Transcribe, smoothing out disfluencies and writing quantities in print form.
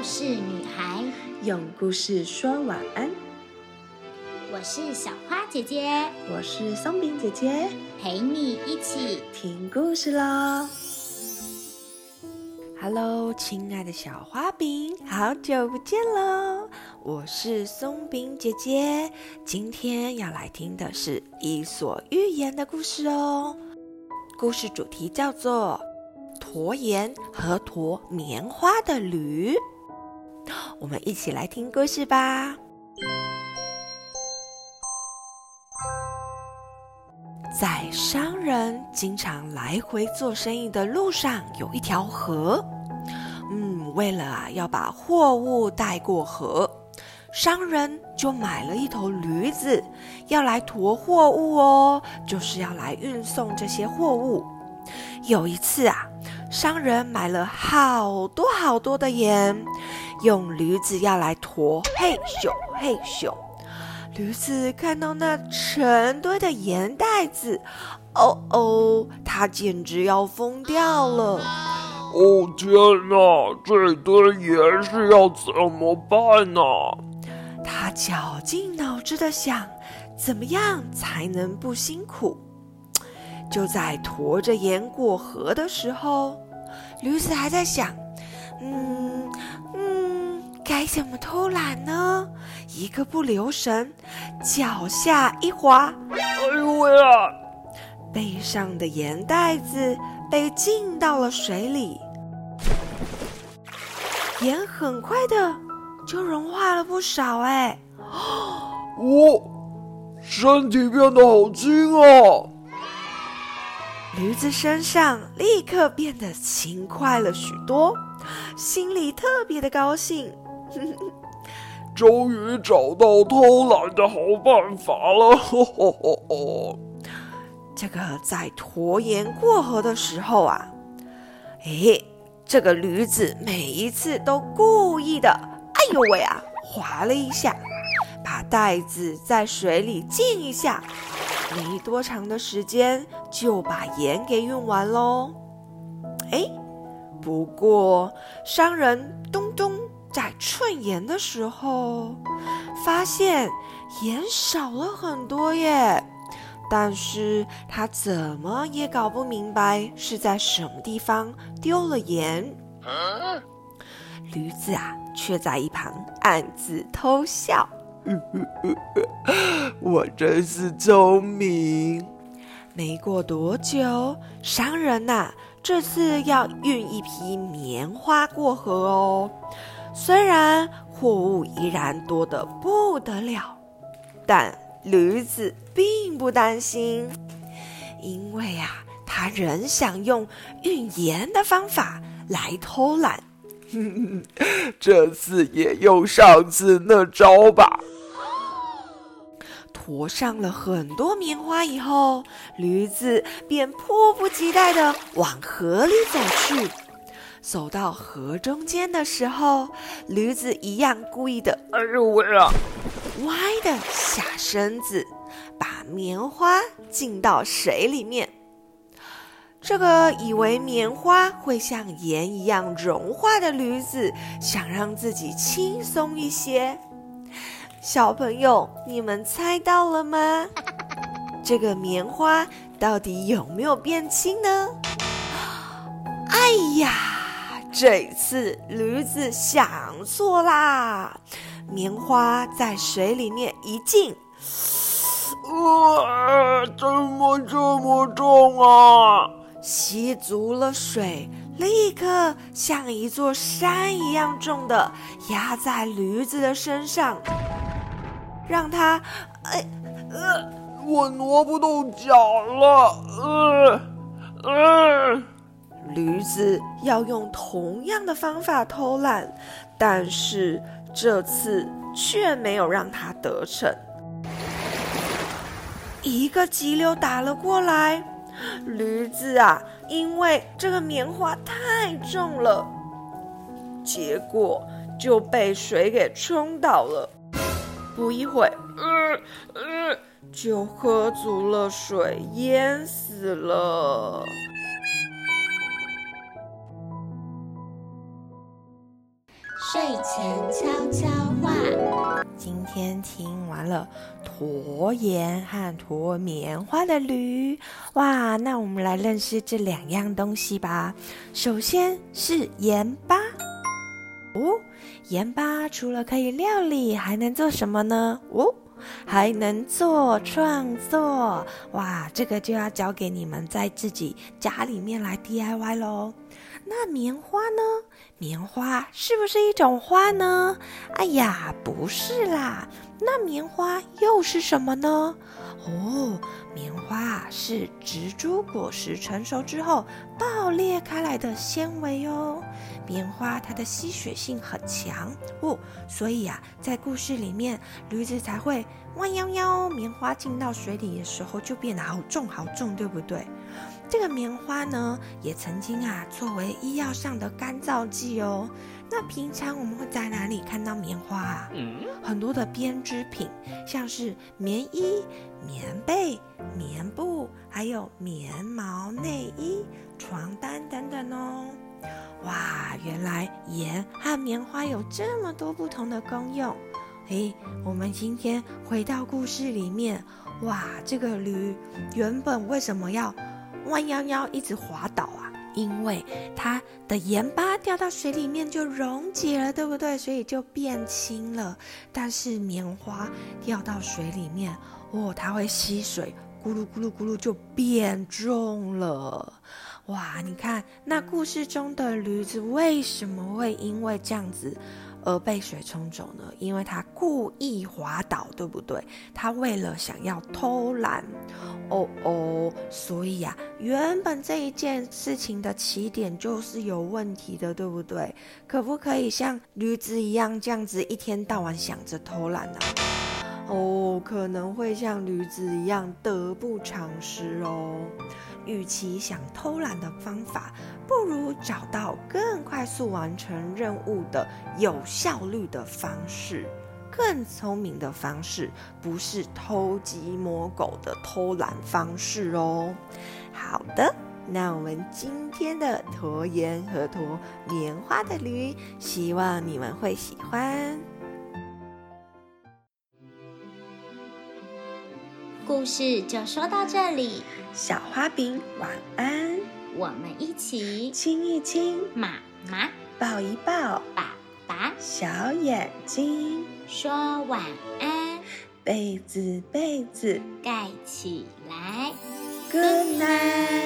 事女孩， 用故事说晚安。 我是小花姐姐， 我是松饼姐姐， 陪你一起听故事咯。Hello， 亲爱的小花饼，好久不见咯！我是松饼姐姐，今天要来听的是伊索寓言的故事哦。故事主题叫做驮盐和驮棉花的驴。我们一起来听故事吧。在商人经常来回做生意的路上，有一条河。为了要把货物带过河，商人就买了一头驴子，要来驮货物哦，就是要来运送这些货物。有一次商人买了好多的盐，用驴子要来驮，嘿咻嘿咻。驴子看到那成堆的盐袋子，它简直要疯掉了。 哦天哪，这堆盐是要怎么办呢？ 他绞尽脑汁地想，怎么样才能不辛苦？就在驮着盐过河的时候，驴子还在想，该怎么偷懒呢？一个不留神，脚下一滑， 哎呦喂啊！ 背上的盐袋子被浸到了水里，盐很快的就融化了不少身体变得好轻哦！ 驴子身上立刻变得轻快了许多，心里特别的高兴。 终于找到偷懒的好办法了！ 这个在驮盐过河的时候这个驴子每一次都故意的，滑了一下，把袋子在水里浸一下，没多长的时间就把盐给运完咯。不过商人东东在称盐的时候，发现盐少了很多耶。但是他怎么也搞不明白是在什么地方丢了盐。驴子却在一旁暗自偷笑。 我真是聪明。 没过多久，商人这次要运一批棉花过河哦。虽然货物依然多得不得了，但驴子并不担心，因为他仍想用运盐的方法来偷懒。 这次也用上次那招吧。 驮上了很多棉花以后，驴子便迫不及待地往河里走去。走到河中间的时候，驴子一样故意的歪的下身子，把棉花浸到水里面。这个以为棉花会像盐一样融化的驴子，想让自己轻松一些。小朋友，你们猜到了吗？这个棉花到底有没有变轻呢？这次驴子想错啦！棉花在水里面一浸， 怎么这么重啊？ 吸足了水，立刻像一座山一样重的压在驴子的身上，让它我挪不动脚了。 驴子要用同样的方法偷懒，但是这次却没有让他得逞。一个急流打了过来，驴子因为这个棉花太重了，结果就被水给冲倒了。不一会就喝足了水，淹死了。 睡前悄悄话。 今天听完了驼岩和驼棉花的驴，哇，那我们来认识这2样东西吧。首先是盐巴。盐巴除了可以料理，还能做什么呢？还能做创作。哇，这个就要交给你们在自己家里面来 DIY 咯。那棉花呢？棉花是不是一种花呢？哎呀，不是啦。那棉花又是什么呢？棉花是植株果实成熟之后爆裂开来的纤维哦。棉花它的吸水性很强所以在故事里面驴子才会弯腰腰，棉花进到水里的时候就变得好重好重，对不对？这个棉花呢，也曾经作为医药上的干燥剂哦。那平常我们会在哪里看到棉花很多的编织品，像是棉衣、棉被、棉布，还有棉毛内衣、床单等等哦。哇，原来盐和棉花有这么多不同的功用。我们今天回到故事里面，哇，这个驴原本为什么要弯腰腰一直滑倒因为它的盐巴掉到水里面就溶解了，对不对？所以就变轻了。但是棉花掉到水里面它会吸水，咕噜咕噜咕噜就变重了。哇，你看那故事中的驴子为什么会因为这样子而被水冲走呢？因为他故意滑倒，对不对？他为了想要偷懒所以原本这一件事情的起点就是有问题的，对不对？可不可以像驴子一样这样子一天到晚想着偷懒可能会像驴子一样得不偿失哦。与其想偷懒的方法，不如找到更快速完成任务的有效率的方式，更聪明的方式，不是偷鸡摸狗的偷懒方式哦。好的，那我们今天的驼岩和驼棉花的驴，希望你们会喜欢。 故事就说到这里， 小花饼晚安， 我们一起亲一亲， 妈妈抱一抱， 爸爸小眼睛说晚安， 被子被子盖起来。 Good night。